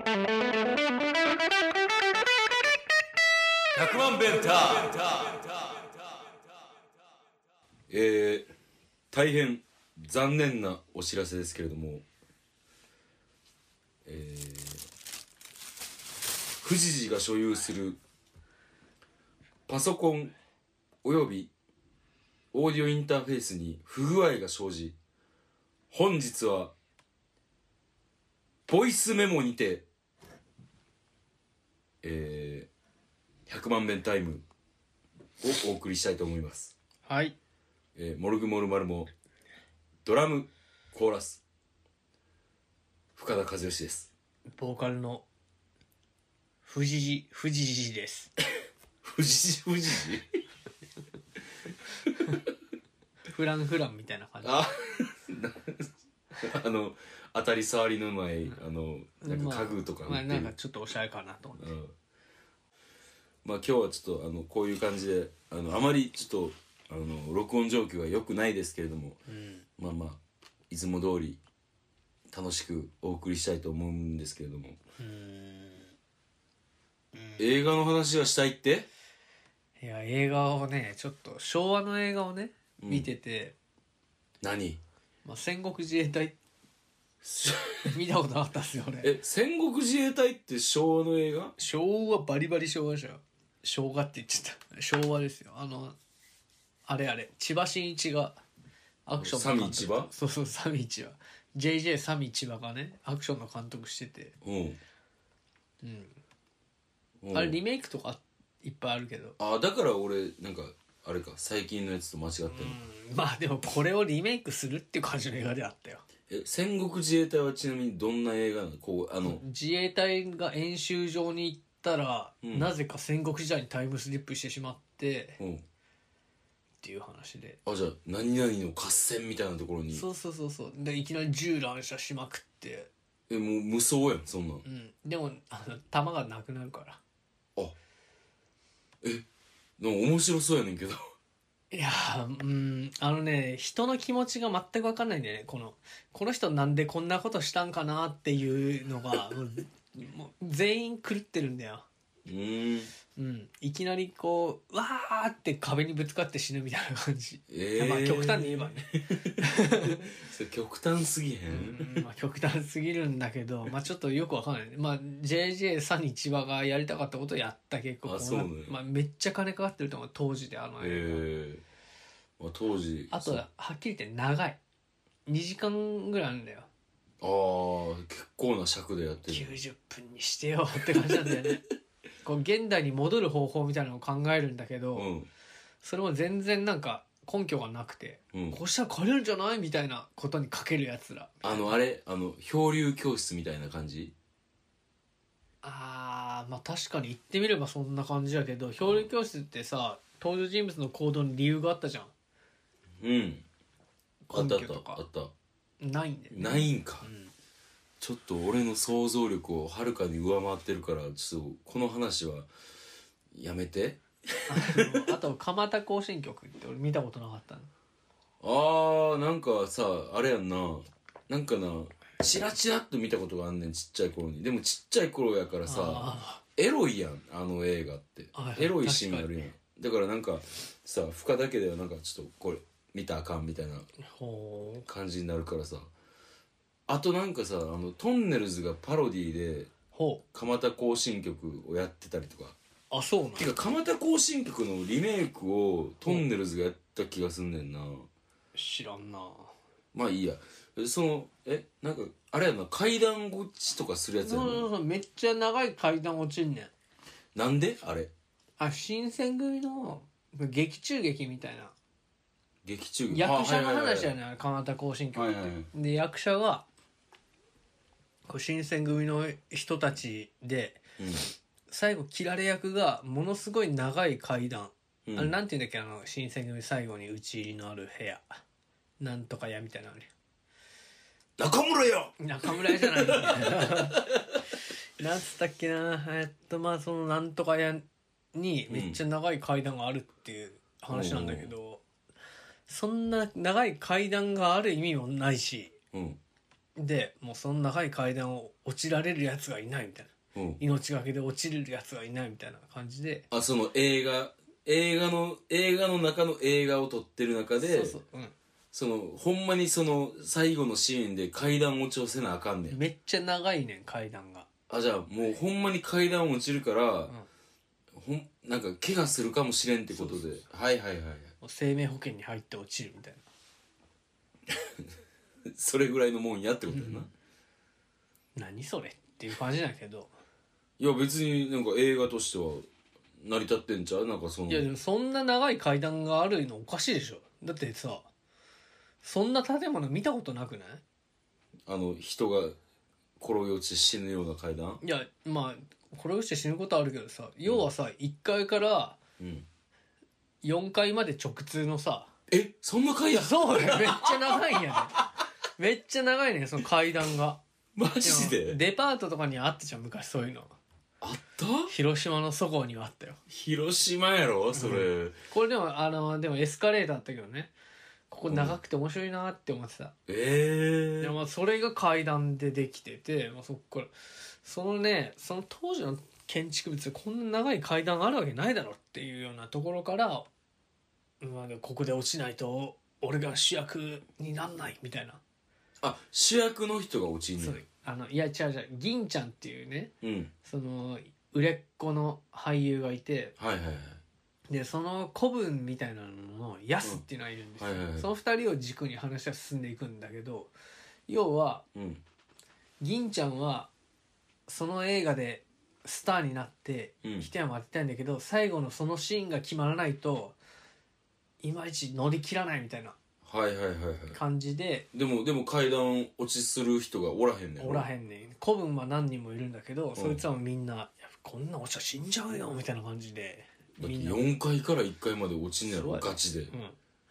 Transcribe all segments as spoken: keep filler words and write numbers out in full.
ひゃくまん弁ター。えー、大変残念なお知らせですけれども、えー、富士寺が所有するパソコンおよびオーディオインターフェースに不具合が生じ、本日はボイスメモにて、えー、ひゃくまん弁タイムをお送りしたいと思います。 はい。 えー、モルグモルマルモドラムコーラス深田和義です。 ボーカルの藤井藤井です。 藤井藤井フランフランみたいな感じ。 ああの当たり障りのないあのなんか家具とか売ってる、 まあ、まあ、なんかちょっとおしゃれかなと思って、うん、 まあ今日はちょっとあのこういう感じであのあまりちょっとあの録音状況が良くないですけれども、うん、まあまあいつも通り楽しくお送りしたいと思うんですけれども、うーん、映画の話はしたいって？ いや映画をねちょっと昭和の映画をね、うん、見てて、 何、 まあ、戦国自衛隊見たことなかったっすよ俺。 え戦国自衛隊って昭和の映画？ 昭和バリバリ昭和でしょ。昭和って言っちゃった昭和ですよ。あのあれあれ千葉真一がアクションの監督、 サミ千葉、 そうそうサミ千葉 ジェイジェイ サミ千葉がねアクションの監督してて、うんうん、あれリメイクとかいっぱいあるけど、 あだから俺なんかあれか最近のやつと間違ってるの。 うんまあでもこれをリメイクするっていう感じの映画であったよ。 え戦国自衛隊はちなみにどんな映画なの？こうあの自衛隊が演習場に行ったら、うん、なぜか戦国時代にタイムスリップしてしまって、うん、っていう話で、 あじゃあ何々の合戦みたいなところに、 そうそうそうそうでいきなり銃乱射しまくって、 えもう無双やんそんなん、 うん、でもあの弾がなくなるから、 あえなんか面白そうやねんけどいやー、うん、あのね、人の気持ちが全く分かんないんだよね。この、この人なんでこんなことしたんかなっていうのが、もうもう全員狂ってるんだよ。うーん。うん。いきなりこう、わーって壁にぶつかって死ぬみたいな感じ。えー、まあ極端に言えばね。 それ極端すぎへん、 うん、まあ極端すぎるんだけど、まあちょっとよくわかんない。まあ ジェイジェイ サニ千葉がやりたかったことをやった結構、 あ、そうね。 まあめっちゃ金かかってると思う、当時であの映画。えー、まあ当時。 あとはっきり言って長い。にじかんぐらいあるんだよ。 ああ、結構な尺でやってる。 きゅうじゅっぷんにしてよって感じなんだよね。こう現代に戻る方法みたいなのを考えるんだけど、うん、それも全然なんか根拠がなくて、うん、こうしたら借りるんじゃないみたいなことにかけるやつら。 あのあれあの漂流教室みたいな感じ？ あーまあ確かに言ってみればそんな感じだけど、漂流教室ってさ登場人物の行動に理由があったじゃん。 うん根拠とかあったあったないんだよね。 ないんか、うん、ちょっと俺の想像力をはるかに上回ってるからちょっとこの話はやめて。 あ, あと蒲田行進曲って俺見たことなかったの。 あーなんかさあれやんな、なんかなチラチラっと見たことがあんねんちっちゃい頃に。でもちっちゃい頃やからさエロいやんあの映画って。エロいシーンあるやん。だからなんかさ深だけではなんかちょっとこれ見たらあかんみたいな感じになるからさ。あとなんかさあのトンネルズがパロディで蒲田行進曲をやってたりとか。 あ、そうなんてか蒲田行進曲のリメイクをトンネルズがやった気がすんねんな。 知らんな。 まあいいや。そのえなんかあれやな階段落ちとかするやつやな。 そうそうそうめっちゃ長い階段落ちんねん。 なんであれ？ あ新選組の劇中劇みたいな。 劇中劇。 役者の話やねん、はいはいはい、蒲田行進曲って、はいはいはい、で役者がこう新選組の人たちで、うん、最後切られ役がものすごい長い階段、うん、あれなんていうんだっけあの新選組最後に打ち入りのある部屋なんとか屋みたいなのあるよ。 中村屋中村屋じゃないなんつったっけなえっとまあそのなんとか屋にめっちゃ長い階段があるっていう話なんだけど、うん、そんな長い階段がある意味もないし、うん、 でもうその長い階段を落ちられるやつがいないみたいな、うん、命がけで落ちれるやつがいないみたいな感じで、 あその映画映画の映画の中の映画を撮ってる中で、そうそう、うん、そのほんまにその最後のシーンで階段落ちをせなあかんねん。 めっちゃ長いねん階段が。 あじゃあもうほんまに階段落ちるから、うん、ほんなんか怪我するかもしれんってことで、そうそうそう、はいはいはい、 生命保険に入って落ちるみたいなそれぐらいのもんやってことやな、うん、 何それっていう感じだけど、 いや別になんか映画としては成り立ってんちゃう。なんかそのいやでもそんな長い階段があるのおかしいでしょ。だってさそんな建物見たことなくない？ あの人が転げ落ちて死ぬような階段。 いやまあ転げ落ちて死ぬことあるけどさ、要はさ、うん、いっかいからよんかいまで直通のさ、 えそんな階段？ そうだよめっちゃ長いんやでめっちゃ長いねその階段がマジで？ デパートとかにあったじゃん昔そういうの。 あった？ 広島のそごうにはあったよ。 広島やろそれ、うん、 これでもあのでもエスカレーターあったけどね、ここ長くて面白いなって思ってた、うん、 ええー、 でもそれが階段でできてて、まあ、そっからそのねその当時の建築物でこんな長い階段あるわけないだろっていうようなところから、まあ、ここで落ちないと俺が主役になんないみたいな。 あ主役の人が落ちんねん。 あのいや違う違う銀ちゃんっていうね、 うん、 その売れっ子の俳優がいて、 はいはいはい、 でその子分みたいなののヤスっていうのがいるんですよ、うんはいはいはい、そのふたりを軸に話は進んでいくんだけど、要は、うん、銀ちゃんはその映画でスターになって一山当てたいんだけど、うん、最後のそのシーンが決まらないといまいち乗り切らないみたいなはいはいはいはい感じで、 でもでも階段落ちする人がおらへんねん。 おらへんねん。子分は何人もいるんだけど、うん、そいつはみんなこんな落ちたら死んじゃうよみたいな感じで、 だってよんかいからいっかいまで落ちんねやろガチで、うん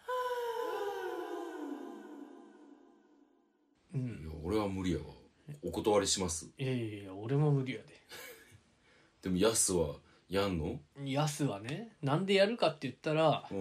うん、いや俺は無理やわ、お断りします。 いやいやいや俺も無理やででもヤスはやんの？ ヤスはねなんでやるかって言ったら、うん、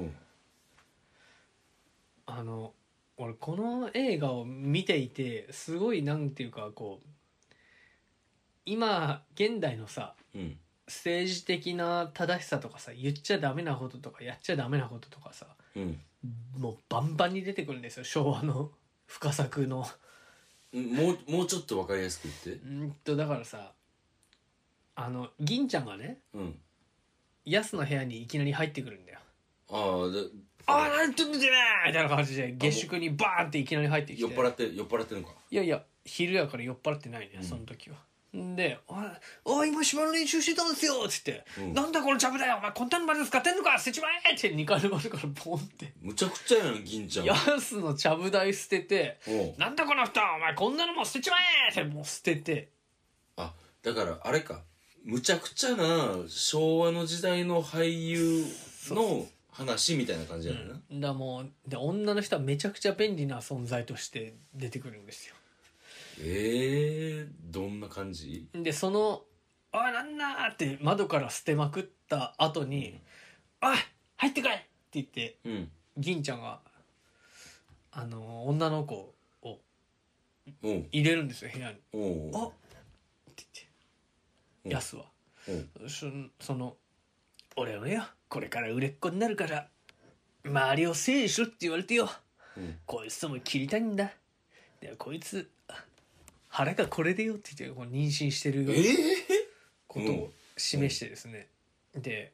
あの俺この映画を見ていてすごいなんていうかこう今現代のさ、うん、政治的な正しさとかさ言っちゃダメなこととかやっちゃダメなこととかさ、うん、もうバンバンに出てくるんですよ昭和の深作のもうもうちょっと分かりやすく言って。 うんとだからさあの銀ちゃんがね、うん、ヤスの部屋にいきなり入ってくるんだよ。 ああでああなんて言うんじゃないみたいな感じで下宿にバーンっていきなり入ってきて、 酔っ払って酔っ払ってんのか。 いやいや昼やから酔っ払ってないね、うん、その時は。で「おい今島の練習してたんですよ」っつって「うん、なんだこのちゃぶだよお前こんなのまで使ってんのか捨てちまえ!」ってにかいの窓からボンってむちゃくちゃやん銀ちゃん。 ヤスのちゃぶ台捨てて「なんだこの人お前こんなのも捨てちまえ!」ってもう捨てて。 あだからあれかむちゃくちゃな昭和の時代の俳優の話みたいな感じやな、 うん、だもうで女の人はめちゃくちゃ便利な存在として出てくるんですよ。 えー、どんな感じでその「おいなんだ!」って窓から捨てまくった後に「おい入ってこい!」って言って、うん、銀ちゃんがあの女の子を入れるんですよ部屋に。「あっ!」って言ってヤスはそ, その「俺はよこれから売れっ子になるから周りを整理しろって言われてよ、うん、こいつとも切りたいんだ。でこいつ腹がこれでよ」って言ってこう妊娠してることを示してですね、えーうん、で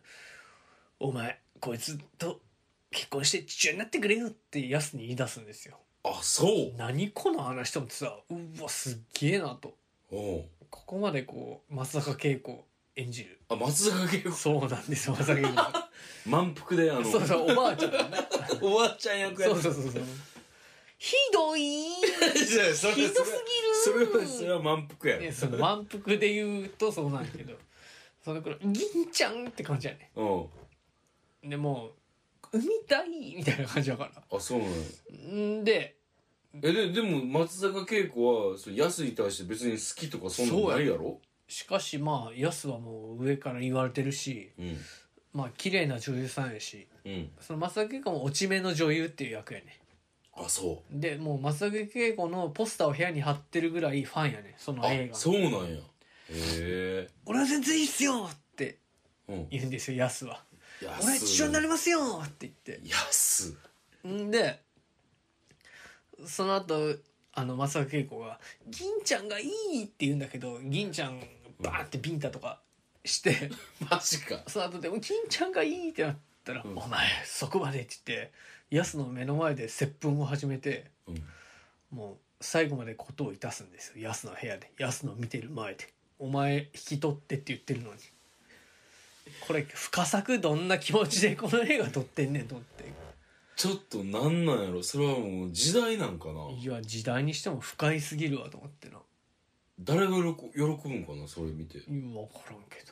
「お前こいつと結婚して父親になってくれよ」ってヤスに言い出すんですよ。 あそう何この話と思ってさうわすっげえなと。おここまでこう松坂慶子演じる。 あ松坂慶子そうなんですよ松坂慶子満腹であのそうそうおばあちゃんだねおばあちゃん役やそうそうそうそうひどいひどすぎるそれはそれは満腹やね。その満腹で言うとそうなんやけどその頃銀ちゃんって感じやね。うんでもう産みたいみたいな感じだから。 あそうなのんでえででも松坂慶子はそヤスに対して別に好きとかそんなんないやろ。 しかしまあヤスはもう上から言われてるし、うん、まあ綺麗な女優さんやし、うん、その松坂慶子も落ち目の女優っていう役やね。 あそうでもう松崎慶子のポスターを部屋に貼ってるぐらいファンやねその映画。 あそうなんや。へえ。 俺は全然いいっすよってうん言うんですよヤスは。 や俺は父親になりますよって言って。 やすんでその後あの松崎慶子が「銀ちゃんがいい」って言うんだけど銀ちゃんバーってビンタとかしてマジか。 その後でも「銀ちゃんがいい」ってなったら「 うんお前そこまで」って言ってヤスの目の前で接吻を始めてうんもう最後までことをいたすんですよヤスの部屋でヤスの見てる前で「お前引き取って」って言ってるのにこれ深作どんな気持ちでこの映画撮ってんねんと思って。 ちょっとなんなんやろそれはもう時代なんかな。 いや時代にしても深いすぎるわと思ってな。 誰が喜喜ぶんかなそれ見て。 いや分からんけど。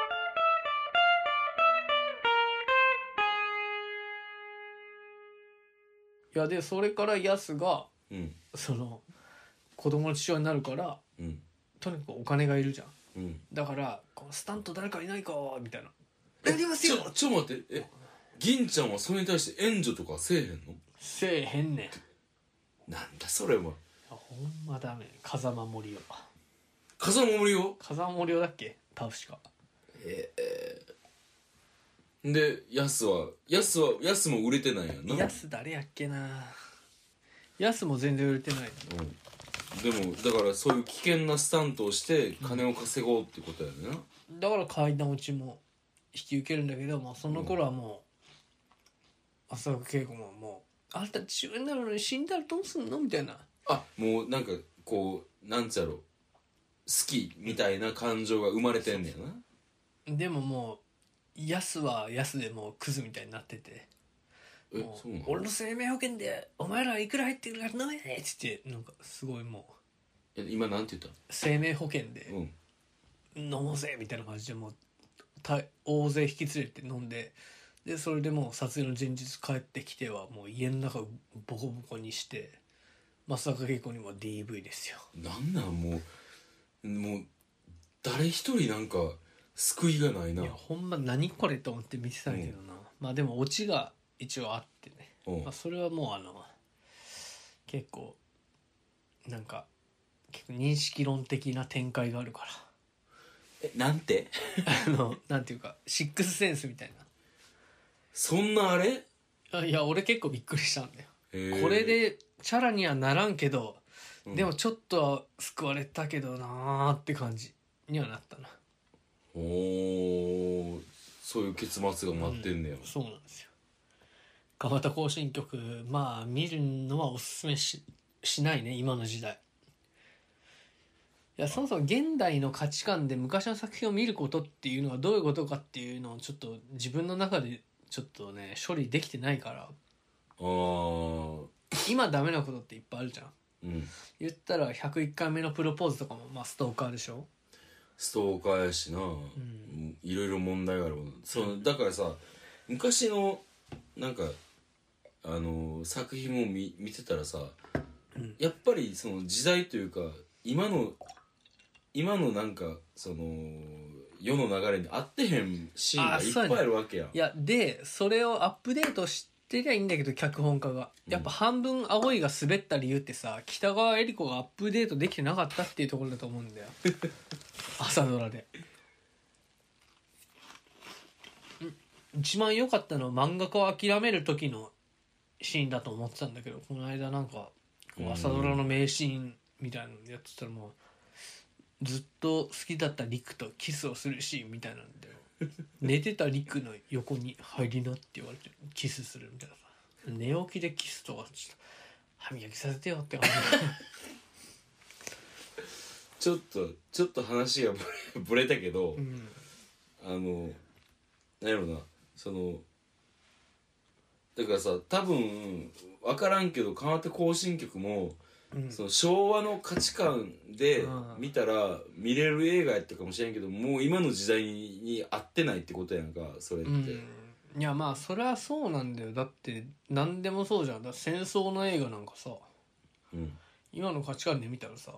いやでそれからヤスがうんその子供の父親になるからうんとにかくお金がいるじゃん。 うんだからこうスタント誰かいないかみたいなやりますよちょちょ待ってえ銀ちゃんはそれに対して援助とかせえへんの。 せえへんねん。 なんだそれは。 ほんまダメ風間森夫風間森夫風間森夫だっけ確か。 ええでヤスはヤスはヤスも売れてないやんな。 ヤス誰やっけな。ヤスも全然売れてない。 うん、でもだからそういう危険なスタントをして金を稼ごうってことやねんな。 だから階段落ちも引き受けるんだけどもその頃はもう浅田恵子ももうあんた父親になるのに死んだらどうすんのみたいな。 あもうなんかこうなんつやろ好きみたいな感情が生まれてんねやな。 でももうヤスはヤスでもうクズみたいになっててえもうそうなの。 俺の生命保険でお前らいくら入ってるから飲めねえっつってなんかすごいもうえ今なんて言っ生命保険でた。うん飲もうぜみたいな感じでもうた大勢引き連れて飲んででそれでもう撮影の前日帰ってきてはもう家の中ボコボコにして松坂慶子にも ディーブイ ですよ。 なんなんもうもう誰一人なんか救いがないな。 いやほんま何これと思って見てたんやけどな、まあでもオチが一応あってね、 うんまあ、それはもうあの結構なんか結構認識論的な展開があるからえなんてあのなんていうかシックスセンスみたいそんなあれな。あいや俺結構びっくりしたんだよ。 へーこれでチャラにはならんけど、 うんでもちょっとは救われたけどなーって感じにはなったな。 おーそういう結末が待ってんねや、 そうなんですよ。蒲田行進曲まあ見るのはおすすめししないね今の時代。いやそもそも現代の価値観で昔の作品を見ることっていうのはどういうことかっていうのをちょっと自分の中でちょっとね処理できてないからあー今ダメなことっていっぱいあるじゃん。 うん言ったらひゃくいっかいめのプロポーズとかもまあストーカーでしょ。 ストーカーやしな、 んいろいろ問題があるもんそのだからさ昔のなんかあの作品も見見てたらさ、 うんやっぱりその時代というか今の今のなんかその世の流れに合ってへんシーンがいっぱいあるわけやん。 いやでそれをアップデートしてりゃいいんだけど脚本家がやっぱ半分青いが滑った理由ってさ北川悦子がアップデートできてなかったっていうところだと思うんだよ朝ドラで。ん一番良かったのは漫画家を諦める時のシーンだと思ってたんだけどこの間なんかこう朝ドラの名シーンみたいなのやってたらもうずっと好きだったリクとキスをするシーンみたいなんだよ寝てたリクの横に入りなって言われてキスするみたいなさ寝起きでキスとかちょっと歯磨きさせてよって感ちょっとちょっと話がぶれぶれたけど、 じ、うんあのなんやろなそのだからさ多分分からんけど川手行進曲も、 うん、 その昭和の価値観でうん見たら見れる映画やったかもしれんけどもう今の時代に合ってないってことやんかそれって、 うんいやまあそれはそうなんだよ。だって何でもそうじゃん。だって戦争の映画なんかさうん今の価値観で見たらさ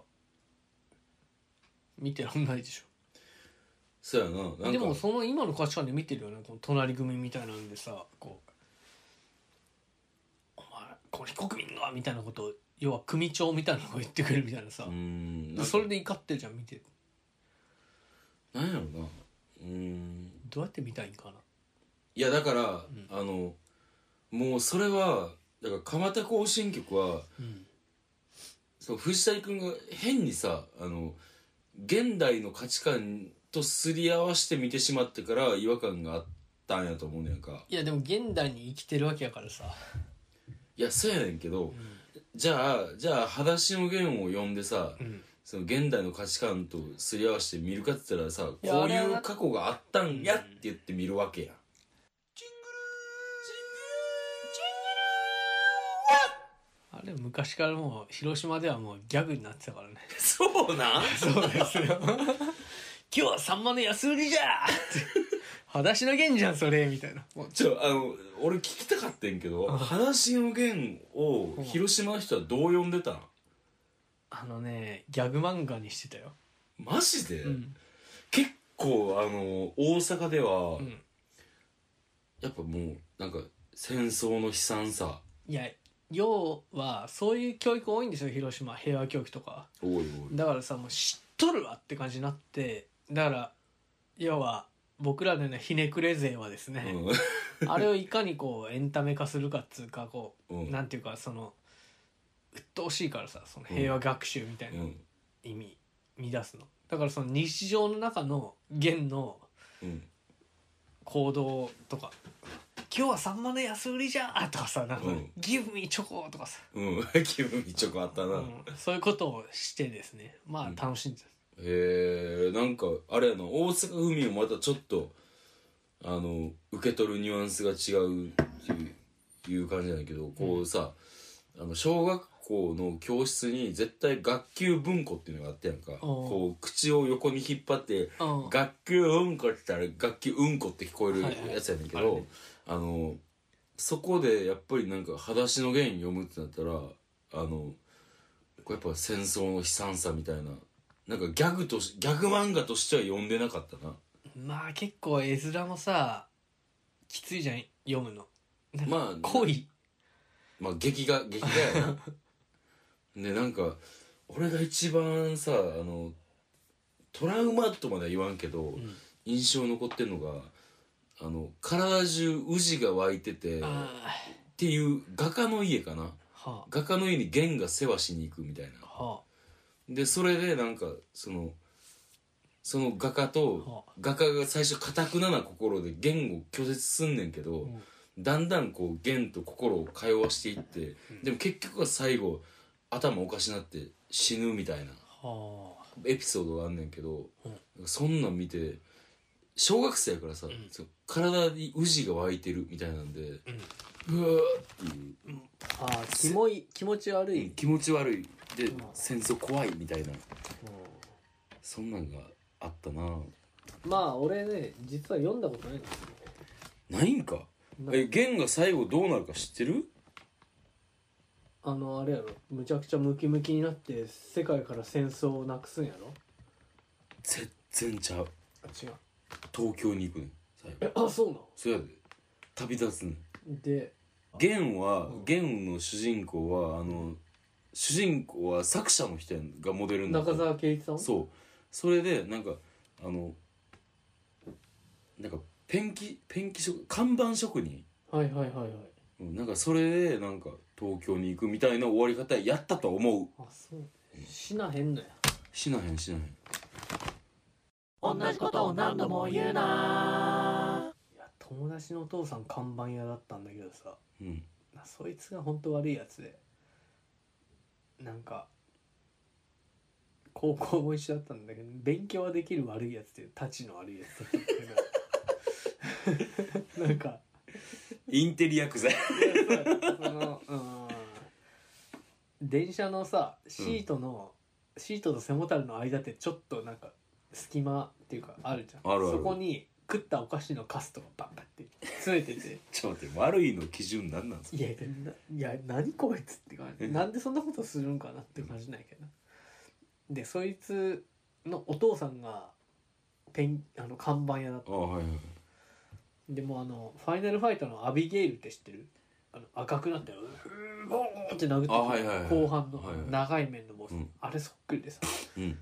見てらんないでしそうやななんかょ。でもその今の価値観で見てるよねこの隣組みたいなんでさこうお前この非国民がみたいなことを要は組長みたいなのを言ってくるみたいなさ、 うんそれで怒ってるじゃん見てて。 なんやろな、うんどうやって見たいんかな。 いやだから、うん、あのもうそれはだから蒲田行進曲は、うん、そう藤谷君が変にさあの現代の価値観とすり合わせて見てしまってから違和感があったんやと思うねんか。 いやでも現代に生きてるわけやからさ。 いやそうやねんけど、うん、じゃあじゃあ裸足の弦を読んでさ、うん、その現代の価値観とすり合わせて見るかって言ったらさ、こういう過去があったんやって言って見るわけやん。 あれ昔からもう広島ではもうギャグになってたからね。 そうなんそうですよ今日はサンマの安売りじゃ裸足の弦じゃんそれみたいな。 ちょあの俺聞きたかったんけど裸足の弦を広島の人はどう呼んでたん？ あのねギャグ漫画にしてたよ。 マジで、うん、結構あの大阪では、うん、やっぱもうなんか戦争の悲惨さ。 いや要はそういう教育多いんですよ広島、平和教育とか。 おいおいだからさもう知っとるわって感じになって、だから要は僕らのようなひねくれ勢はですね、うん、あれをいかにこうエンタメ化するかっつうかこう、うん、なんていうかその鬱陶しいからさその平和学習みたいな意味、うん、乱すのだからその日常の中の弦の行動とか、今日はサンマの安売りじゃーとかさなんか、うん、ギブミチョコとかさ、 うんギブミチョコあったな、うん、 そういうことをしてですねまあ楽しんでた、 うん、へえなんかあれやな大阪府民もまたちょっとあの受け取るニュアンスが違うっていう感じなんだけど、こうさあの小学校の教室に絶対学級文庫っていうのがあったやんか。こう口を横に引っ張って学級うんこって言ったら学級うんこって聞こえるやつやねんけど、はいはい、あのそこでやっぱりなんか裸足の弦読むってなったらあのこれやっぱ戦争の悲惨さみたいななんかギャグとギャグ漫画としては読んでなかったな。 まあ結構絵面もさきついじゃん読むの。 まあ濃い。 まあ劇画劇画やなでなんか俺が一番さあのトラウマとまでは言わんけど、うん、印象残ってんのがあの体中ウジが湧いててっていう画家の家かな、はあ、画家の家に弦が世話しに行くみたいな、はあ、でそれでなんかそのその画家と、はあ、画家が最初堅くなな心で弦を拒絶すんねんけど、うん、だんだんこう弦と心を通わしていって、うん、でも結局は最後頭おかしなって死ぬみたいな、はあ、エピソードがあんねんけど、うん、そんなん見て小学生やからさ、うん、体にウジが湧いてるみたいなんで、うん、うわーっていう、うん、 ああキモい気持ち悪い、 うん、気持ち悪いで、うん、戦争怖いみたいな、うん、そんなんがあったな。 まあ俺ね実は読んだことないんですよ。 ないんか。え弦が最後どうなるか知ってる？ あのあれやろむちゃくちゃムキムキになって世界から戦争をなくすんやろ。 全然ちゃう。 あ違う東京に行くねん最後。えあそうなの。 そうやで旅立つねんで弦は、うん、弦の主人公はあの主人公は作者の人がモデルになって中沢圭一さん。 そうそれでなんかあのなんかペンキペンキ職看板職人はいはいはいはい、 うん、なんかそれでなんか東京に行くみたいな終わり方やったと思う。 あそうしなへんのや。 しなへんしなへん。 同じことを何度も言うな。いや友達のお父さん看板屋だったんだけどさ、うん、そいつが本当悪いやつでなんか高校も一緒だったんだけど勉強はできる悪いやつってたちの悪いやつだったんだけどなんかインテリアクザその、うん、電車のさシートの、うん、シートと背もたれの間ってちょっとなんか隙間っていうかあるじゃん。 あるある。 そこに食ったお菓子のカスとかバンバンって詰めててちょっと待って悪いの基準なんなんですか。 いやいや何こいつって感じなんでそんなことするんかなって感じないけどでそいつのお父さんがペンあの看板屋だった。あ、はいはい、でもあのファイナルファイトのアビゲイルって知ってる？ あの赤くなってうーボーって殴ってくる、 あはいはいはい後半のはいはい長い面のボス、 うんあれそっくりでさうん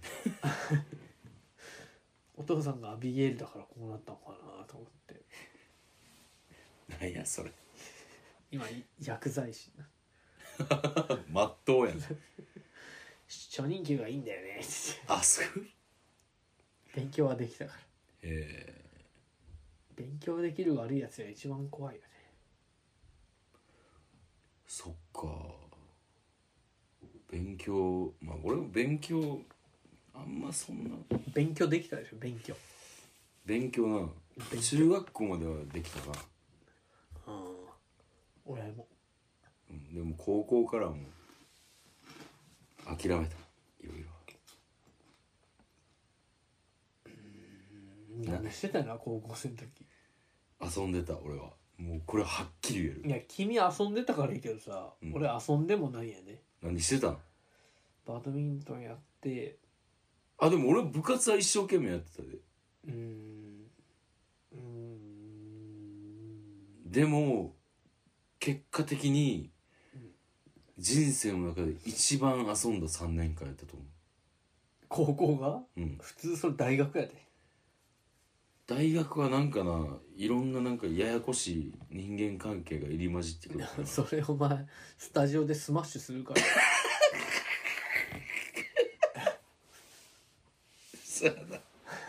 お父さんがアビゲイルだからこうなったのかなと思ってなんやそれ今薬剤師なまっとうやん初任給がいいんだよねってあすごい勉強はできたからえ勉強できる悪いやつが一番怖いよね。 ー、そっか勉強まあ俺も勉強あんまそんな勉強できたでしょ勉強。 勉強な勉強中学校まではできたな、 うん俺もうん、でも高校からはもう諦めたいろいろ何してたの高校生の時。 遊んでた俺はもうこれはっきり言えるいや君遊んでたからいいけどさ、 うん俺遊んでもないやね。 何してたんバドミントンやってあでも俺部活は一生懸命やってたでうーんうーんでも結果的に人生の中で一番遊んださんねんかんやったと思高校がう、うん、 普通それ大学やで。 大学はなんかないろんななんかややこしい人間関係が入り混じってくるからそれお前スタジオでスマッシュするからそうやな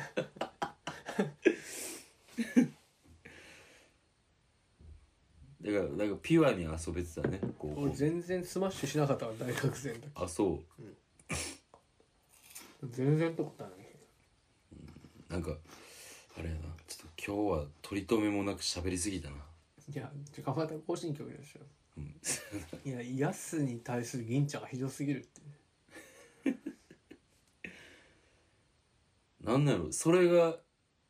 だからなんかピュアに遊べてたね高校俺全然スマッシュしなかったわ大学生の時。 あそ全然とこったのに。 うなんかあれやなちょっと今日は取り留めもなく喋りすぎたな、 いや頑張って更新曲でしょ。 うんいやヤスに対する銀ちゃんがひどすぎるって。 なんだろうそれが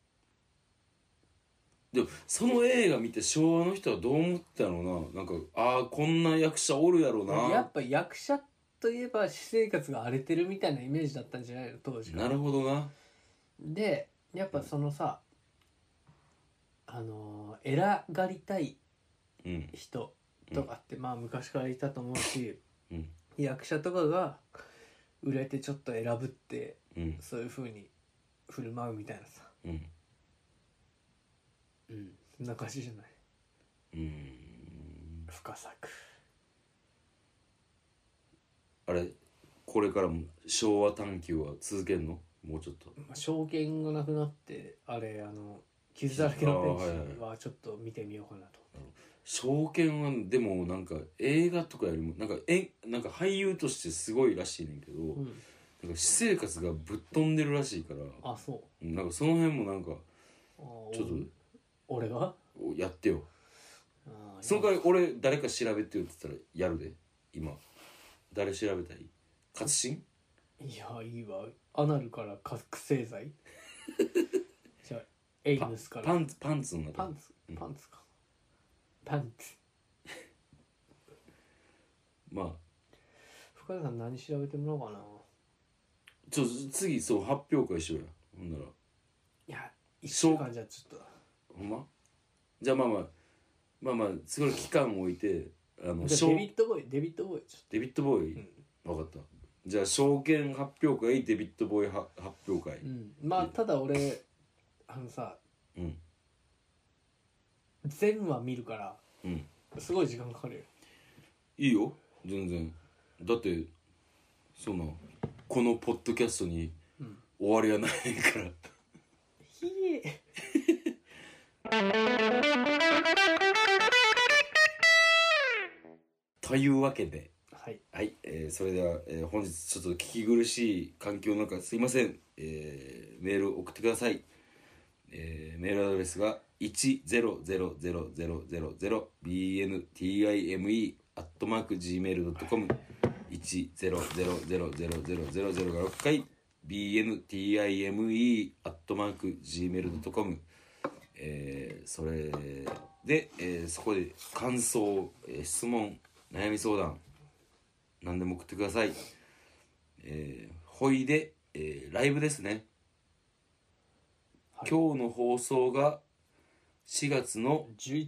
でもその映画見て昭和の人はどう思ったのななんかああこんな役者おるやろなやっぱ役者といえば私生活が荒れてるみたいなイメージだったんじゃないの当時から。 なるほどなでやっぱそのさあのー選がりたいうん人とかってまあ昔からいたと思うし、 うん役者とかが売れてちょっと選ぶってうんそういう風に振る舞うみたいなさ、 うんうん、そんな感じじゃない。 うーん深作あれこれからも昭和探求は続けんのもうちょっとまあ証券がなくなってあれあの傷だらけのベンあーはいはいチはちょっと見てみようかなと。 証券はでもなんか映画とかよりもなんかえなんか俳優としてすごいらしいねんけど、 うん、 なんか私生活がぶっ飛んでるらしいからあそうなんかその辺もなんかあーちょっと俺がやってよあーその代わり俺誰か調べてよって言ったらやるで今誰調べたい勝新いやいいわアナルから覚醒剤じゃあエイムスからパンツパンツの中パンツうんパンツか、パンツ。 まあ深田さん何調べてもらおうかな。 ちょ次そう発表会しようやほんならいや一週間じゃちょっとほんまじゃあまあまあまあまあすごい期間を置いてあのじゃあ証デビッドボーイデビッドボーイちょっデビッドボーイ、分かったじゃあ証券発表会デビッドボーイは発表会と、うん、まあただ俺あのさうん全話見るからうんすごい時間かかるよ。 いいよ全然だってそんなこのポッドキャストにうん終わりはないからひえというわけではいはい、えーそれでは、えー本日ちょっと聞き苦しい環境の中すいません、えーメール送ってください、えーメールアドレスが いちゼロゼロゼロゼロゼロゼロビーエヌティーアイエムイー アットマーク ジーメールドットコム いちゼロゼロゼロゼロゼロゼロゼロがろっかい ビーエヌティーアイエムイー アットマーク ジーメールドットコム えーそれで、えーそこで感想、えー質問悩み相談何でも送ってください。えー、ほいで、えーライブですね、 はい今日の放送がしがつの、 じゅういち？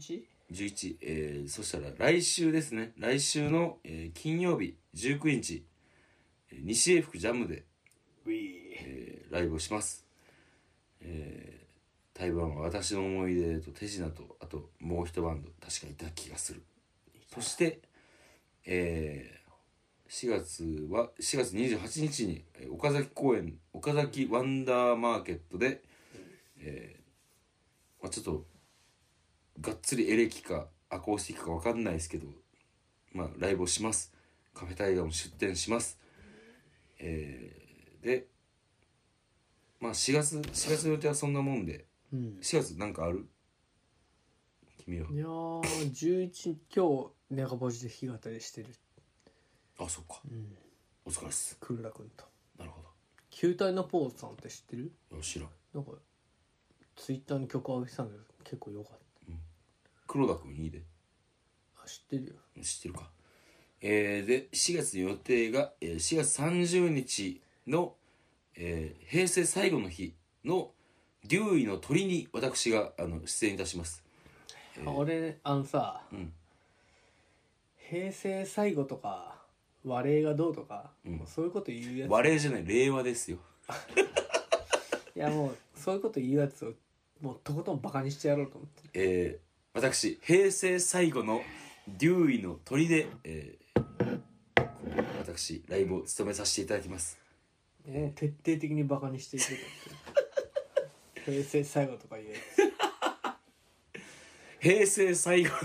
じゅういち、えー、そしたら来週ですね、来週の、えー、金曜日じゅうくにち、西英福ジャムで、えー、ライブをします。えー、対バンは私の思い出と手品と、あともう一バンド確かいた気がする。そして、えー、しがつはしがつにじゅうはちにちに岡崎公園岡崎ワンダーマーケットで、えーまあ、ちょっとがっつりエレキかアコースティックか分かんないですけど、まあ、ライブをします。カフェタイガーも出店します。えー、でまあしがつしがつの予定はそんなもんで、うん、しがつなんかある？君は？ いやーじゅういち今日ネガポジで弾き語りしてる。 あ、そっか、うん、お疲れっす。 クーラ君と。 なるほど。 球体のポーズさんって知ってる？ いや知らん。 なんかツイッターに曲上げてたんだけど結構良かった。うん、 黒田君いいで。 あ、知ってるよ。 知ってるか。えー、でしがつの予定が、えー、しがつさんじゅうにちの、えー、平成最後の日の竜医の鳥に私があの出演いたします。 えー、俺あのさ、うん、平成最後とか和令がどうとか、うん、そういうこと言うやつ。 和令じゃない令和ですよ。 いやもうそういうこと言うやつをもうとことんバカにしてやろうと思って。 えー、私平成最後の竜医の鳥で、えー、私ライブを務めさせていただきます。 ね、徹底的にバカにしていく平成最後とか言うやつ。平成最後の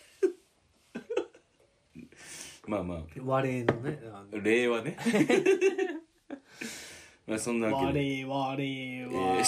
まあまあ和令のね令和ねまあそんなわけで和令和令和令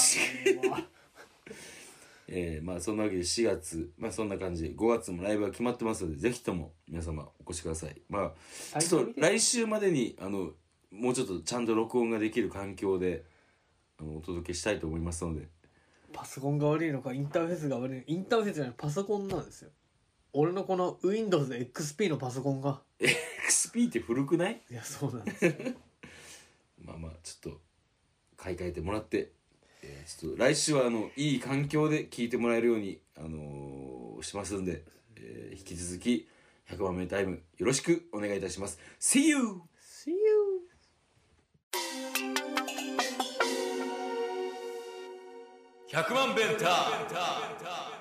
えー、まあそんなわけでしがつ、まあそんな感じでごがつもライブが決まってますので、ぜひとも皆様お越しください。まあちょっと来週までにあのもうちょっとちゃんと録音ができる環境であのお届けしたいと思いますので。 パソコンが悪いのかインターフェースが悪いのか、インターフェースじゃないパソコンなんですよ。俺のこの ウィンドウズ エックスピー のパソコンがエックスピー って古くない？ いやそうなんですよまあまあちょっと買い替えてもらって、えー、ちょっと来週はあのいい環境で聴いてもらえるように、あのー、しますんで、えー、引き続きひゃくまんめタイムよろしくお願いいたします。 See you! See you! ひゃくまんベンター